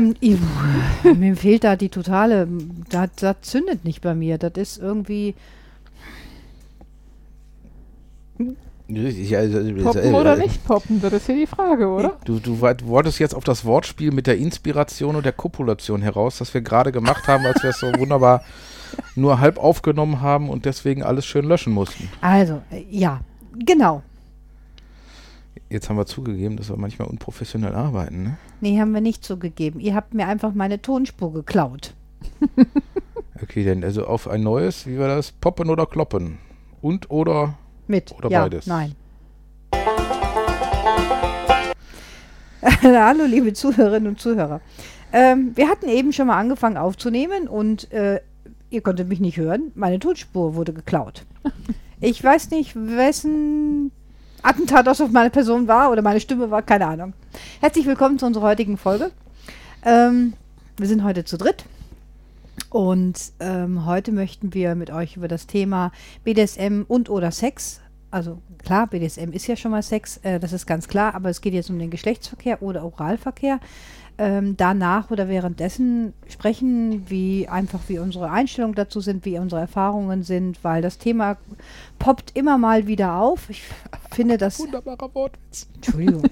Mir fehlt da die totale, das zündet nicht bei mir. Das ist irgendwie... Poppen oder nicht poppen, das ist hier die Frage, oder? Du wolltest jetzt auf das Wortspiel mit der Inspiration und der Kopulation heraus, das wir gerade gemacht haben, als wir es so wunderbar nur halb aufgenommen haben und deswegen alles schön löschen mussten. Also, ja, genau. Jetzt haben wir zugegeben, dass wir manchmal unprofessionell arbeiten, ne? Nee, haben wir nicht zugegeben. Ihr habt mir einfach meine Tonspur geklaut. Okay, denn also auf ein neues, wie war das? Poppen oder kloppen? Und oder... Mit. Oder ja, beides? Nein. Hallo, liebe Zuhörerinnen und Zuhörer. Wir hatten eben schon mal angefangen aufzunehmen und ihr konntet mich nicht hören. Meine Tonspur wurde geklaut. Ich weiß nicht, wessen Attentat das auf meine Person war oder meine Stimme war, keine Ahnung. Herzlich willkommen zu unserer heutigen Folge. Wir sind heute zu dritt. Und heute möchten wir mit euch über das Thema BDSM und oder Sex, also klar, BDSM ist ja schon mal Sex, das ist ganz klar, aber es geht jetzt um den Geschlechtsverkehr oder Oralverkehr. Danach oder währenddessen sprechen, wie unsere Einstellungen dazu sind, wie unsere Erfahrungen sind, weil das Thema poppt immer mal wieder auf. Ich finde das... Wunderbarer Wortwitz. Entschuldigung.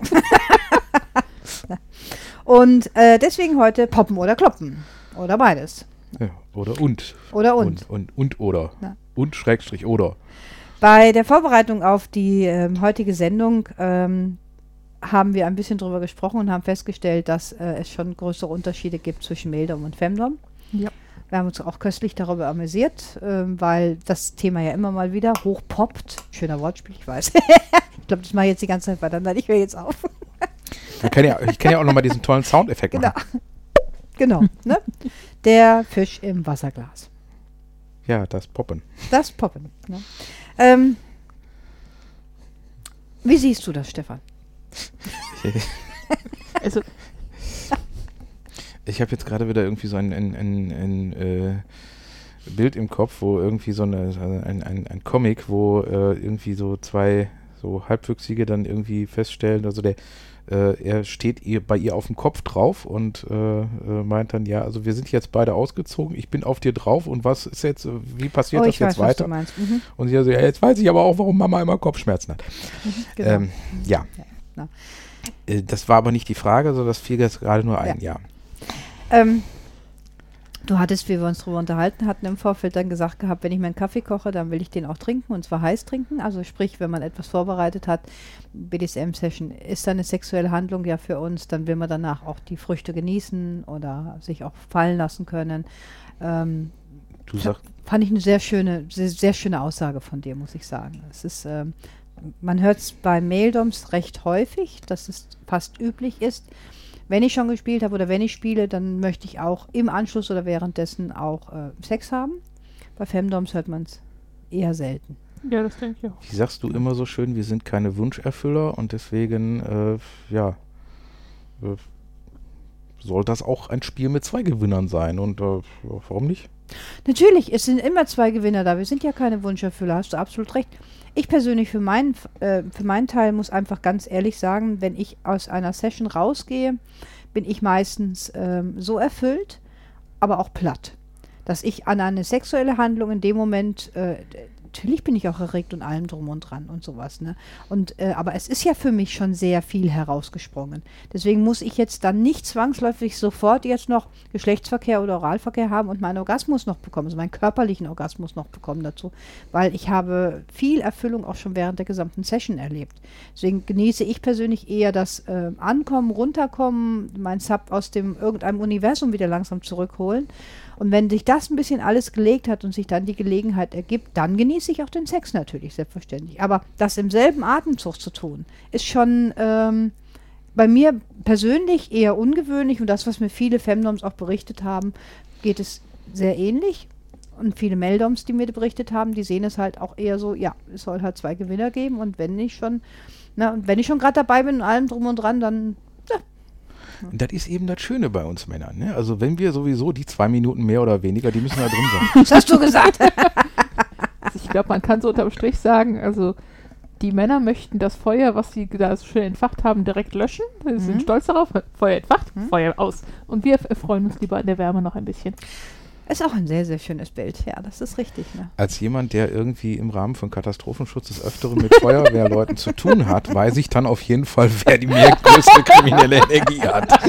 Und deswegen heute poppen oder kloppen. Oder beides. Ja, oder und. Oder und. Und oder. Na. Und Schrägstrich oder. Bei der Vorbereitung auf die heutige Sendung haben wir ein bisschen drüber gesprochen und haben festgestellt, dass es schon größere Unterschiede gibt zwischen Maildom und Femdom. Ja. Wir haben uns auch köstlich darüber amüsiert, weil das Thema ja immer mal wieder hochpoppt. Schöner Wortspiel, ich weiß. Ich glaube, das mache ich jetzt die ganze Zeit weiter. Nein, ich höre jetzt auf. Ich kann ja auch nochmal diesen tollen Soundeffekt Genau. machen. Genau, ne? Der Fisch im Wasserglas. Ja, das Poppen. Das Poppen. Ne? Wie siehst du das, Stefan? Also, ich habe jetzt gerade wieder irgendwie so ein Bild im Kopf, wo irgendwie so ein Comic, wo irgendwie so zwei so Halbwüchsige dann irgendwie feststellen, also er steht bei ihr auf dem Kopf drauf und meint dann, ja, also wir sind jetzt beide ausgezogen, ich bin auf dir drauf und was ist jetzt, wie passiert das jetzt weiter? Was du meinst. Mhm. Und sie so, ja, jetzt weiß ich aber auch, warum Mama immer Kopfschmerzen hat. Genau. Ja. Das war aber nicht die Frage, sondern das fiel jetzt gerade nur ein, ja. Du hattest, wie wir uns darüber unterhalten hatten, im Vorfeld dann gesagt gehabt, wenn ich meinen Kaffee koche, dann will ich den auch trinken und zwar heiß trinken. Also sprich, wenn man etwas vorbereitet hat, BDSM-Session ist dann eine sexuelle Handlung ja für uns, dann will man danach auch die Früchte genießen oder sich auch fallen lassen können. Fand ich eine sehr schöne Aussage von dir, muss ich sagen. Es ist, man hört es bei Maildoms recht häufig, dass es fast üblich ist. Wenn ich schon gespielt habe oder wenn ich spiele, dann möchte ich auch im Anschluss oder währenddessen auch Sex haben. Bei Femdoms hört man es eher selten. Ja, das denke ich auch. Wie sagst du immer so schön, wir sind keine Wunscherfüller und deswegen, soll das auch ein Spiel mit zwei Gewinnern sein und warum nicht? Natürlich, es sind immer zwei Gewinner da. Wir sind ja keine Wunscherfüller, hast du absolut recht. Ich persönlich für meinen Teil muss einfach ganz ehrlich sagen, wenn ich aus einer Session rausgehe, bin ich meistens so erfüllt, aber auch platt, dass ich an eine sexuelle Handlung in dem Moment, natürlich bin ich auch erregt und allem drum und dran und sowas, ne? Und, aber es ist ja für mich schon sehr viel herausgesprungen. Deswegen muss ich jetzt dann nicht zwangsläufig sofort jetzt noch Geschlechtsverkehr oder Oralverkehr haben und meinen Orgasmus noch bekommen, also meinen körperlichen Orgasmus noch bekommen dazu, weil ich habe viel Erfüllung auch schon während der gesamten Session erlebt. Deswegen genieße ich persönlich eher das Ankommen, Runterkommen, mein Sub aus irgendeinem Universum wieder langsam zurückholen. Und wenn sich das ein bisschen alles gelegt hat und sich dann die Gelegenheit ergibt, dann genieße ich auch den Sex natürlich, selbstverständlich. Aber das im selben Atemzug zu tun, ist schon bei mir persönlich eher ungewöhnlich. Und das, was mir viele Femdoms auch berichtet haben, geht es sehr ähnlich. Und viele Meldoms, die mir berichtet haben, die sehen es halt auch eher so, ja, es soll halt zwei Gewinner geben. Und wenn ich schon gerade dabei bin und allem drum und dran, dann... Und das ist eben das Schöne bei uns Männern. Ne? Also wenn wir sowieso die 2 Minuten mehr oder weniger, die müssen da drin sein. Das hast du gesagt. Also ich glaube, man kann so unterm Strich sagen, also Die Männer möchten das Feuer, was sie da so schön entfacht haben, direkt löschen. Sie sind stolz darauf. Feuer entfacht, Feuer aus. Und wir freuen uns lieber an der Wärme noch ein bisschen. Ist auch ein sehr, sehr schönes Bild. Ja, das ist richtig. Ne? Als jemand, der irgendwie im Rahmen von Katastrophenschutz des Öfteren mit Feuerwehrleuten zu tun hat, weiß ich dann auf jeden Fall, wer die mehr größte kriminelle Energie hat.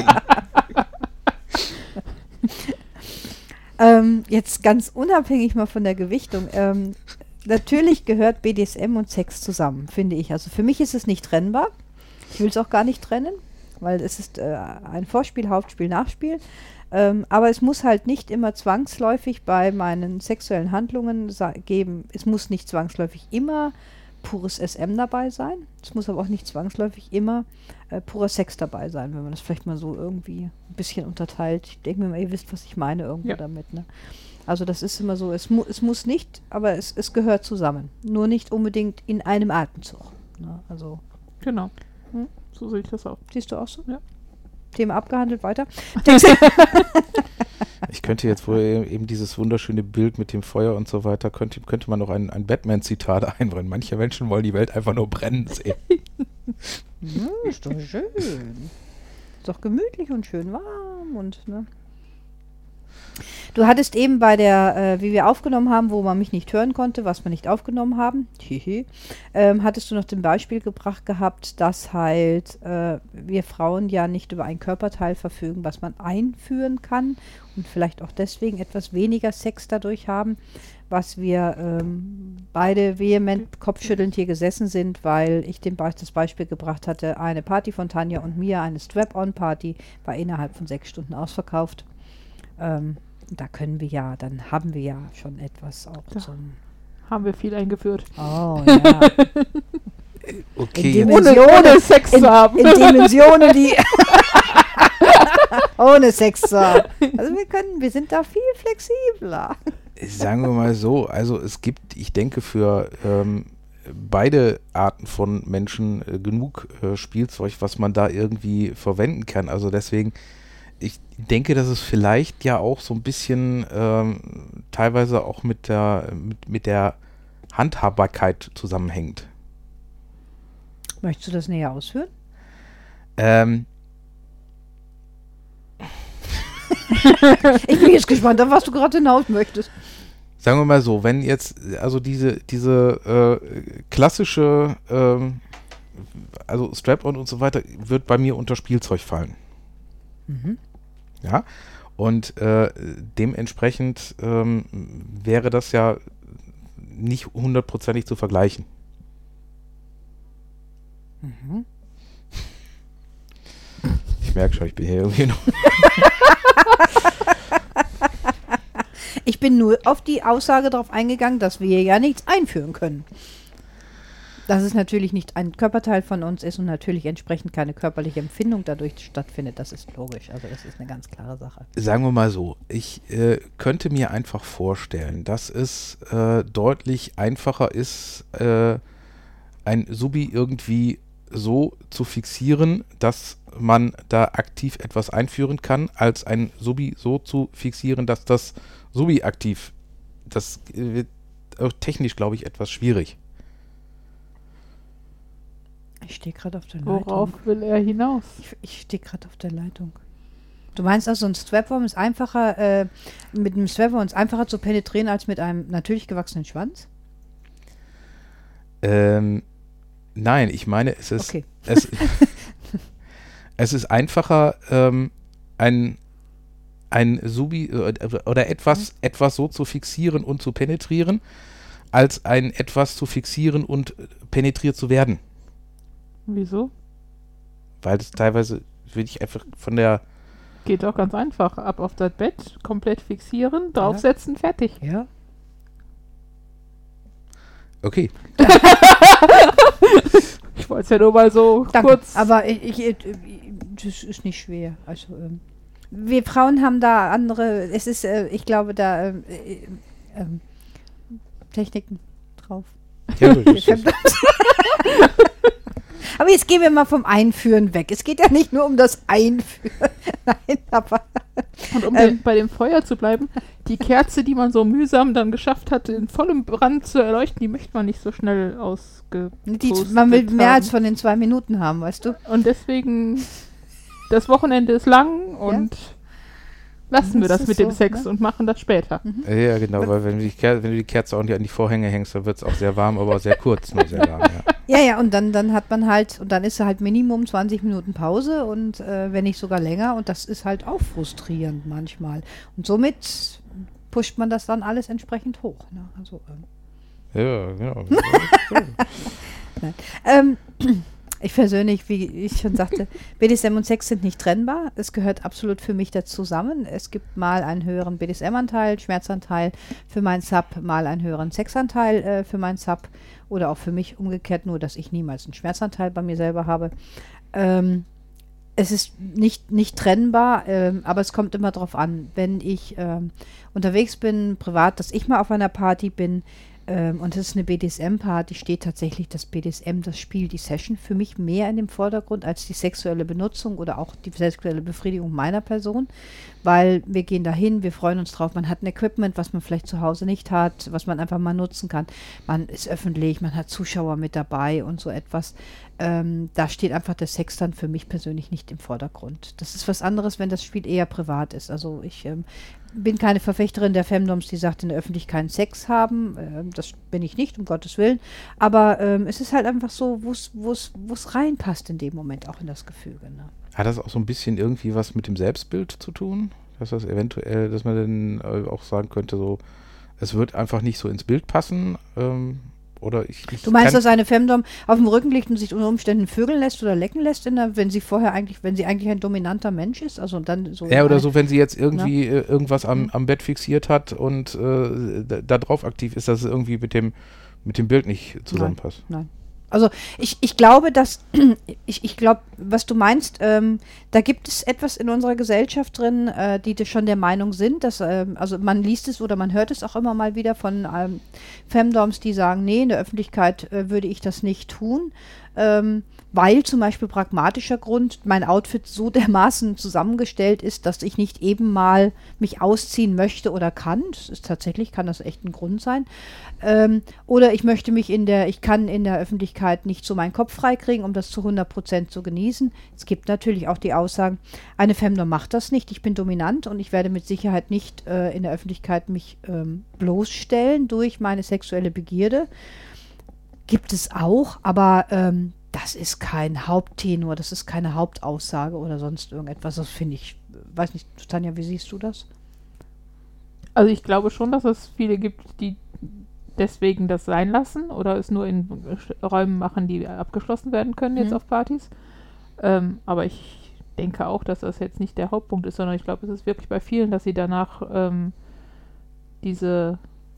Jetzt ganz unabhängig mal von der Gewichtung. Natürlich gehört BDSM und Sex zusammen, finde ich. Also für mich ist es nicht trennbar. Ich will es auch gar nicht trennen, weil es ist ein Vorspiel, Hauptspiel, Nachspiel. Aber es muss halt nicht immer zwangsläufig bei meinen sexuellen Handlungen geben. Es muss nicht zwangsläufig immer pures SM dabei sein. Es muss aber auch nicht zwangsläufig immer purer Sex dabei sein, wenn man das vielleicht mal so irgendwie ein bisschen unterteilt. Ich denke mir mal, ihr wisst, was ich meine irgendwo damit. Ne? Also das ist immer so, es muss nicht, aber es gehört zusammen. Nur nicht unbedingt in einem Atemzug. Ne? Also, genau. So sehe ich das auch. Siehst du auch so? Ja. Thema abgehandelt, weiter. Ich könnte jetzt wohl eben dieses wunderschöne Bild mit dem Feuer und so weiter, könnte man noch ein Batman-Zitat einbrennen. Manche Menschen wollen die Welt einfach nur brennen sehen. Ja, ist doch schön. Ist doch gemütlich und schön warm und, ne? Du hattest eben bei der, wie wir aufgenommen haben, wo man mich nicht hören konnte, was wir nicht aufgenommen haben, hattest du noch zum Beispiel gebracht gehabt, dass halt wir Frauen ja nicht über ein Körperteil verfügen, was man einführen kann und vielleicht auch deswegen etwas weniger Sex dadurch haben, was wir beide vehement kopfschüttelnd hier gesessen sind, weil ich das Beispiel gebracht hatte, eine Party von Tanja und mir, eine Strap-on-Party, war innerhalb von 6 Stunden ausverkauft. Da können wir ja, dann haben wir ja schon etwas auch zum... Haben wir viel eingeführt. Oh, ja. Okay, Ohne Sex zu haben. In Dimensionen, die... ohne Sex zu haben. Also wir sind da viel flexibler. sagen wir mal so, also es gibt, ich denke, für beide Arten von Menschen genug Spielzeug, was man da irgendwie verwenden kann. Also deswegen... Ich denke, dass es vielleicht ja auch so ein bisschen teilweise auch mit der Handhabbarkeit zusammenhängt. Möchtest du das näher ausführen? Ich bin jetzt gespannt, auf was du gerade hinaus möchtest. Sagen wir mal so, wenn jetzt, also diese klassische, also Strap-on und so weiter, wird bei mir unter Spielzeug fallen. Mhm. Ja, und dementsprechend wäre das ja nicht 100%ig zu vergleichen. Mhm. Ich merke schon, ich bin hier irgendwie noch... Ich bin nur auf die Aussage darauf eingegangen, dass wir ja nichts einführen können. Dass es natürlich nicht ein Körperteil von uns ist und natürlich entsprechend keine körperliche Empfindung dadurch stattfindet, das ist logisch. Also das ist eine ganz klare Sache. Sagen wir mal so, ich könnte mir einfach vorstellen, dass es deutlich einfacher ist, ein Subi irgendwie so zu fixieren, dass man da aktiv etwas einführen kann, als ein Subi so zu fixieren, dass das Subi aktiv, das wird auch technisch, glaube ich, etwas schwierig. Ich stehe gerade auf der Leitung. Worauf will er hinaus? Ich stehe gerade auf der Leitung. Du meinst also, ein Strap-on ist einfacher, mit einem Strap-on ist einfacher zu penetrieren als mit einem natürlich gewachsenen Schwanz? Nein, ich meine, es ist, Okay. es ist einfacher, ein Subi oder etwas so zu fixieren und zu penetrieren, als ein etwas zu fixieren und penetriert zu werden. Wieso? Weil das teilweise, würde ich einfach von der... Geht doch ganz einfach. Ab auf das Bett, komplett fixieren, draufsetzen, fertig. Ja. Okay. Ich wollte es ja nur mal so Danke. kurz... Aber das ist nicht schwer. Also, wir Frauen haben da andere, es ist, ich glaube, da Techniken drauf. Ja, das ist, Aber jetzt gehen wir mal vom Einführen weg. Es geht ja nicht nur um das Einführen. Nein, aber Und um bei dem Feuer zu bleiben, die Kerze, die man so mühsam dann geschafft hat, in vollem Brand zu erleuchten, die möchte man nicht so schnell ausgepustet Man will mehr haben. als von den 2 Minuten haben, weißt du? Und deswegen, das Wochenende ist lang und lassen wir Das das ist mit dem so, Sex ne? und machen das später. Ja, genau, weil wenn du die Kerze auch nicht an die Vorhänge hängst, dann wird es auch sehr warm, aber auch sehr kurz nur sehr warm. Ja. Ja, und dann hat man halt, und dann ist halt Minimum 20 Minuten Pause und wenn nicht sogar länger und das ist halt auch frustrierend manchmal. Und somit pusht man das dann alles entsprechend hoch. Ne? Also, Ja, genau. ich persönlich, wie ich schon sagte, BDSM und Sex sind nicht trennbar. Es gehört absolut für mich dazu zusammen. Es gibt mal einen höheren BDSM-Anteil, Schmerzanteil für meinen Sub, mal einen höheren Sexanteil für meinen Sub oder auch für mich umgekehrt, nur dass ich niemals einen Schmerzanteil bei mir selber habe. Es ist nicht trennbar, aber es kommt immer darauf an, wenn ich unterwegs bin, privat, dass ich mal auf einer Party bin, und es ist eine BDSM-Party, steht tatsächlich das BDSM, das Spiel, die Session für mich mehr in dem Vordergrund als die sexuelle Benutzung oder auch die sexuelle Befriedigung meiner Person, weil wir gehen dahin, wir freuen uns drauf, man hat ein Equipment, was man vielleicht zu Hause nicht hat, was man einfach mal nutzen kann, man ist öffentlich, man hat Zuschauer mit dabei und so etwas. Da steht einfach der Sex dann für mich persönlich nicht im Vordergrund. Das ist was anderes, wenn das Spiel eher privat ist. Also ich bin keine Verfechterin der Femdoms, die sagt, in der Öffentlichkeit Sex haben. Das bin ich nicht, um Gottes Willen. Aber es ist halt einfach so, wo es reinpasst in dem Moment, auch in das Gefüge. Ne? Hat das auch so ein bisschen irgendwie was mit dem Selbstbild zu tun? Dass das eventuell, dass man dann auch sagen könnte, so, es wird einfach nicht so ins Bild passen, oder Du meinst, dass eine Femdom auf dem Rücken liegt und sich unter Umständen vögeln lässt oder lecken lässt, wenn sie eigentlich ein dominanter Mensch ist? Also dann so. Ja, oder so, wenn sie jetzt irgendwie irgendwas am Bett fixiert hat und da drauf aktiv ist, dass es irgendwie mit dem Bild nicht zusammenpasst. Nein. Also ich glaube, dass ich glaube, was du meinst, da gibt es etwas in unserer Gesellschaft drin, die schon der Meinung sind, dass also man liest es oder man hört es auch immer mal wieder von Femdoms, die sagen, nee, in der Öffentlichkeit würde ich das nicht tun, weil zum Beispiel pragmatischer Grund mein Outfit so dermaßen zusammengestellt ist, dass ich nicht eben mal mich ausziehen möchte oder kann. Kann das echt ein Grund sein. Oder ich kann in der Öffentlichkeit nicht so meinen Kopf freikriegen, um das zu 100% zu genießen. Es gibt natürlich auch die Aussagen, eine Femdom macht das nicht, ich bin dominant und ich werde mit Sicherheit nicht in der Öffentlichkeit mich bloßstellen durch meine sexuelle Begierde. Gibt es auch, aber das ist kein Haupttenor, das ist keine Hauptaussage oder sonst irgendetwas. Das finde ich, weiß nicht, Tanja, wie siehst du das? Also ich glaube schon, dass es viele gibt, die deswegen das sein lassen oder es nur in Räumen machen, die abgeschlossen werden können jetzt auf Partys. Aber ich denke auch, dass das jetzt nicht der Hauptpunkt ist, sondern ich glaube, es ist wirklich bei vielen, dass sie danach diese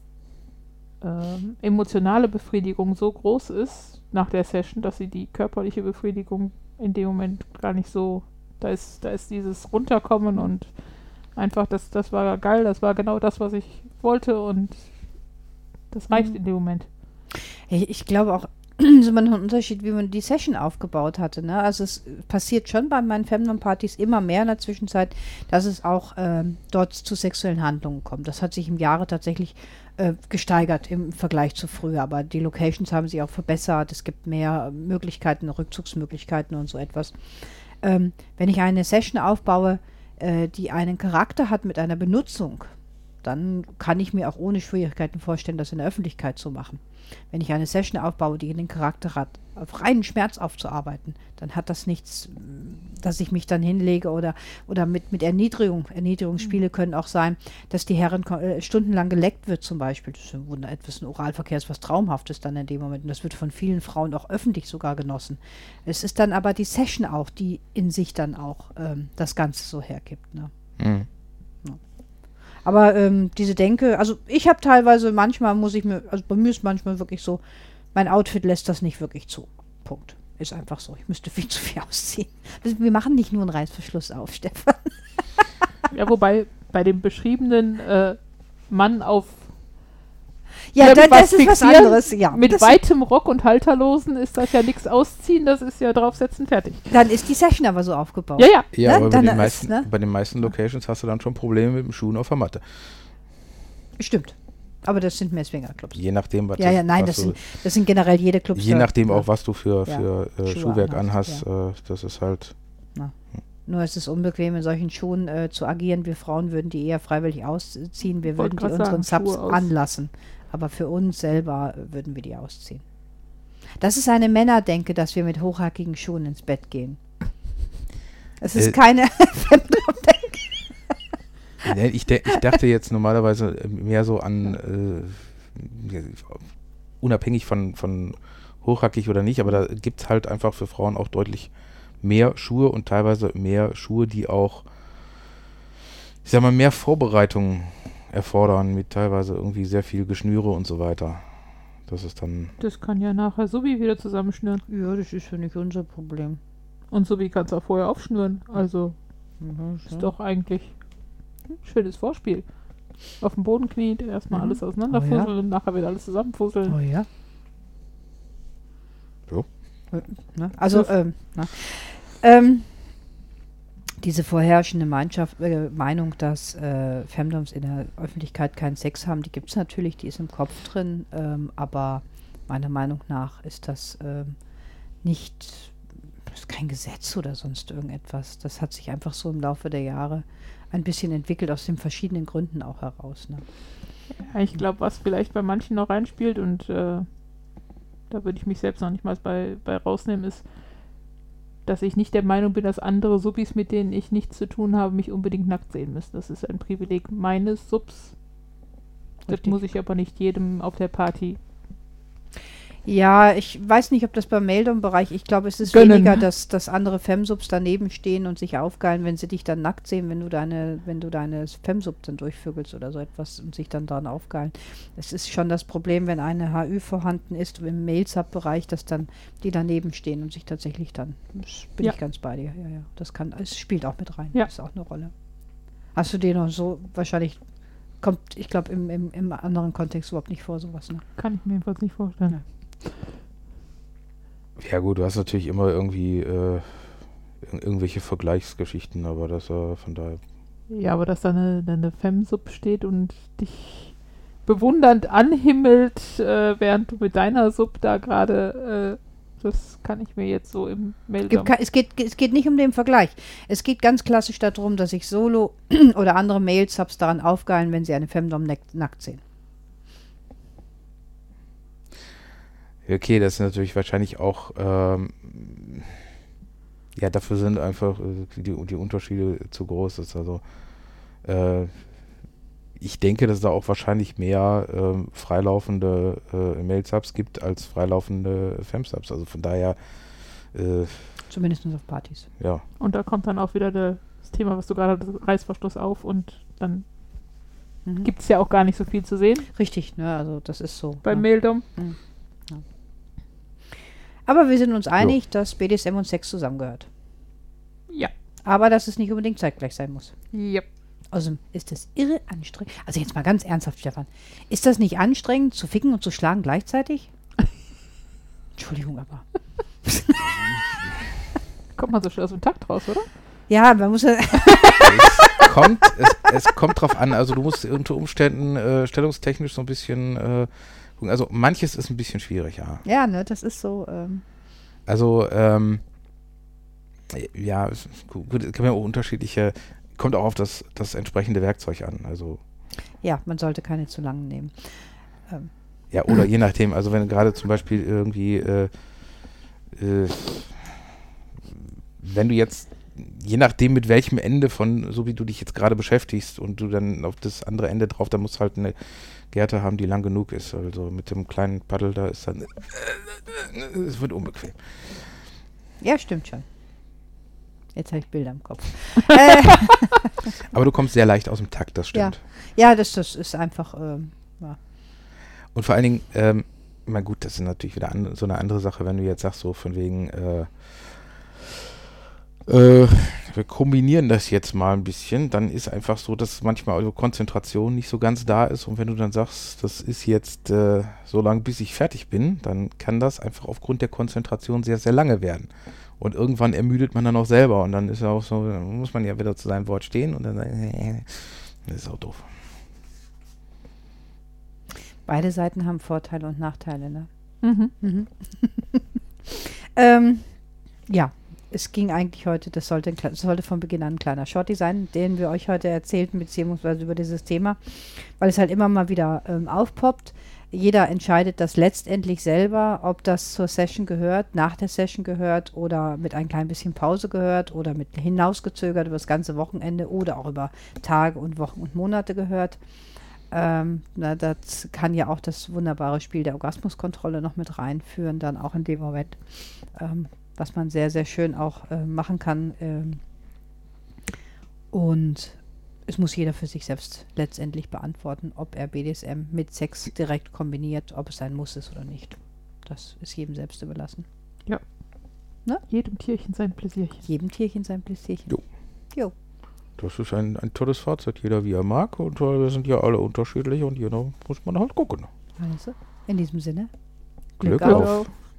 emotionale Befriedigung so groß ist nach der Session, dass sie die körperliche Befriedigung in dem Moment gar nicht so, da ist dieses Runterkommen und einfach, das war geil, das war genau das, was ich wollte und das reicht in dem Moment. Ich glaube auch, es ist immer noch ein Unterschied, wie man die Session aufgebaut hatte. Ne? Also es passiert schon bei meinen Femdom-Partys immer mehr in der Zwischenzeit, dass es auch dort zu sexuellen Handlungen kommt. Das hat sich im Jahre tatsächlich gesteigert im Vergleich zu früher. Aber die Locations haben sich auch verbessert. Es gibt mehr Möglichkeiten, Rückzugsmöglichkeiten und so etwas. Wenn ich eine Session aufbaue, die einen Charakter hat mit einer Benutzung, dann kann ich mir auch ohne Schwierigkeiten vorstellen, das in der Öffentlichkeit zu machen. Wenn ich eine Session aufbaue, die den Charakter hat, auf reinen Schmerz aufzuarbeiten, dann hat das nichts, dass ich mich dann hinlege oder mit Erniedrigung. Erniedrigungsspiele können auch sein, dass die Herren stundenlang geleckt wird zum Beispiel. Das ist ein Oralverkehr ist was Traumhaftes dann in dem Moment. Und das wird von vielen Frauen auch öffentlich sogar genossen. Es ist dann aber die Session auch, die in sich dann auch das Ganze so hergibt. Ne? Mhm. Aber diese Denke, also ich habe teilweise, bei mir ist manchmal wirklich so, mein Outfit lässt das nicht wirklich zu. Punkt. Ist einfach so. Ich müsste viel zu viel ausziehen. Wir machen nicht nur einen Reißverschluss auf, Stefan. Ja, wobei bei dem beschriebenen Mann auf Ja, irgendwas das ist was fixieren. anderes. Ja, Mit das, weitem Rock und Halterlosen ist das ja nichts ausziehen, das ist ja draufsetzen, fertig. dann ist die Session aber so aufgebaut. Ja, ja. Ja, Ne? aber Dann bei den meisten Locations hast du dann schon Probleme mit dem Schuhen auf der Matte. Stimmt. Aber das sind mehr Swingerclubs. Je nachdem, was Ja, nein, was das sind generell jede Clubs. je nachdem ja. auch, was du für Schuhe Schuhwerk anhast, anhast. Das ist halt. Nur ist es unbequem, in solchen Schuhen zu agieren. Wir Frauen würden die eher freiwillig ausziehen. Wir Wollte würden die grad unseren sagen, Subs Schuhe aus. anlassen. Aber für uns selber würden wir die ausziehen. Das ist eine Männerdenke, dass wir mit hochhackigen Schuhen ins Bett gehen. Es ist keine Femdom-Denke. Nee, ich dachte jetzt normalerweise mehr so an, unabhängig von hochhackig oder nicht, aber da gibt es halt einfach für Frauen auch deutlich mehr Schuhe und teilweise mehr Schuhe, die auch, ich sag mal, mehr Vorbereitung erfordern, mit teilweise irgendwie sehr viel Geschnüre und so weiter. Das ist dann. Das kann ja nachher Subi wieder zusammenschnüren. Ja, das ist ja nicht unser Problem. Und Subi kann es auch vorher aufschnüren. Also ist doch eigentlich ein schönes Vorspiel. Auf dem Boden kniet, erstmal alles auseinanderfusseln und nachher wieder alles zusammenfusseln. Oh ja. Jo. Ne? Also, diese vorherrschende Meinung, dass Femdoms in der Öffentlichkeit keinen Sex haben, die gibt es natürlich, die ist im Kopf drin, aber meiner Meinung nach ist das ist kein Gesetz oder sonst irgendetwas. Das hat sich einfach so im Laufe der Jahre ein bisschen entwickelt, aus den verschiedenen Gründen auch heraus. Ne? Ja, ich glaube, was vielleicht bei manchen noch reinspielt und da würde ich mich selbst noch nicht mal bei rausnehmen, ist, dass ich nicht der Meinung bin, dass andere Subis, mit denen ich nichts zu tun habe, mich unbedingt nackt sehen müssen. Das ist ein Privileg meines Subs. Das Richtig. muss ich aber nicht jedem auf der Party. Ja, ich weiß nicht, ob das beim Maildom-Bereich, ich glaube, es ist Gönnen. weniger, dass andere Femsubs daneben stehen und sich aufgeilen, wenn sie dich dann nackt sehen, wenn du deine Femsub dann durchvögelst oder so etwas und sich dann daran aufgeilen. Es ist schon das Problem, wenn eine HÜ vorhanden ist im Mail-Sub-Bereich, dass dann die daneben stehen und sich tatsächlich dann, das bin Ja. ich ganz bei dir, ja, es spielt auch mit rein, Ja. ist auch eine Rolle. Hast du dir noch so, wahrscheinlich kommt, ich glaube, im anderen Kontext überhaupt nicht vor, sowas, ne? Kann ich mir jedenfalls nicht vorstellen. Ja. Ja gut, du hast natürlich immer irgendwie irgendwelche Vergleichsgeschichten, aber das von daher. Ja, aber dass da eine Femsub steht und dich bewundernd anhimmelt, während du mit deiner Sub da gerade, das kann ich mir jetzt so im Mail. Es geht nicht um den Vergleich. Es geht ganz klassisch darum, dass sich Solo oder andere Mail-Subs daran aufgeilen, wenn sie eine Femdom nackt sehen. Okay, das ist natürlich wahrscheinlich auch, ja, dafür sind einfach die Unterschiede zu groß. Das ist also, ich denke, dass es da auch wahrscheinlich mehr freilaufende Mail-Subs gibt als freilaufende Fem-Subs. Also von daher, Zumindest auf Partys. ja. Und da kommt dann auch wieder das Thema, was du gerade hattest, Reißverschluss auf und dann gibt es ja auch gar nicht so viel zu sehen Richtig, ne? Also das ist so. beim ne? Maildom. Aber wir sind uns einig, dass BDSM und Sex zusammengehört. Ja. Aber dass es nicht unbedingt zeitgleich sein muss. Yep. Also ist das irre anstrengend. Also jetzt mal ganz ernsthaft, Stefan. Ist das nicht anstrengend, zu ficken und zu schlagen gleichzeitig? Entschuldigung, aber. Kommt man so schnell aus dem Takt raus, oder? Ja, man muss ja. Es kommt drauf an, also du musst unter Umständen stellungstechnisch so ein bisschen gucken. Also manches ist ein bisschen schwierig, ja. Ja, ne, das ist so. Also, ja, gut, es kann ja auch unterschiedliche, kommt auch auf das entsprechende Werkzeug an. Also, Ja, man sollte keine zu langen nehmen. ja, oder je nachdem, also wenn gerade zum Beispiel irgendwie, wenn du jetzt, je nachdem mit welchem Ende von, so wie du dich jetzt gerade beschäftigst und du dann auf das andere Ende drauf, da musst du halt eine Gerte haben, die lang genug ist. Also mit dem kleinen Paddel da ist dann, es wird unbequem. Ja, stimmt schon. Jetzt habe ich Bilder im Kopf. Aber du kommst sehr leicht aus dem Takt, das stimmt. Ja, das ist einfach. Ja. Und vor allen Dingen, na gut, das ist natürlich wieder so eine andere Sache, wenn du jetzt sagst, so von wegen, wir kombinieren das jetzt mal ein bisschen, dann ist einfach so, dass manchmal eure Konzentration nicht so ganz da ist und wenn du dann sagst, das ist jetzt so lange, bis ich fertig bin, dann kann das einfach aufgrund der Konzentration sehr, sehr lange werden. Und irgendwann ermüdet man dann auch selber und dann ist ja auch so, dann muss man ja wieder zu seinem Wort stehen und dann das ist auch doof. Beide Seiten haben Vorteile und Nachteile, ne? Mhm. Ja, es ging eigentlich heute, das sollte von Beginn an ein kleiner Shorty sein, den wir euch heute erzählten, beziehungsweise über dieses Thema, weil es halt immer mal wieder aufpoppt. Jeder entscheidet das letztendlich selber, ob das zur Session gehört, nach der Session gehört oder mit ein klein bisschen Pause gehört oder mit hinausgezögert über das ganze Wochenende oder auch über Tage und Wochen und Monate gehört. Das kann ja auch das wunderbare Spiel der Orgasmuskontrolle noch mit reinführen, dann auch in dem Moment, was man sehr, sehr schön auch machen kann. Und es muss jeder für sich selbst letztendlich beantworten, ob er BDSM mit Sex direkt kombiniert, ob es ein Muss ist oder nicht. Das ist jedem selbst überlassen. Ja. Ne? Jedem Tierchen sein Pläsierchen. Jedem Tierchen sein Pläsierchen. Jo. Das ist ein tolles Fazit, jeder wie er mag und wir sind ja alle unterschiedlich und jeder muss man halt gucken. Also, in diesem Sinne. Glück auf. auf.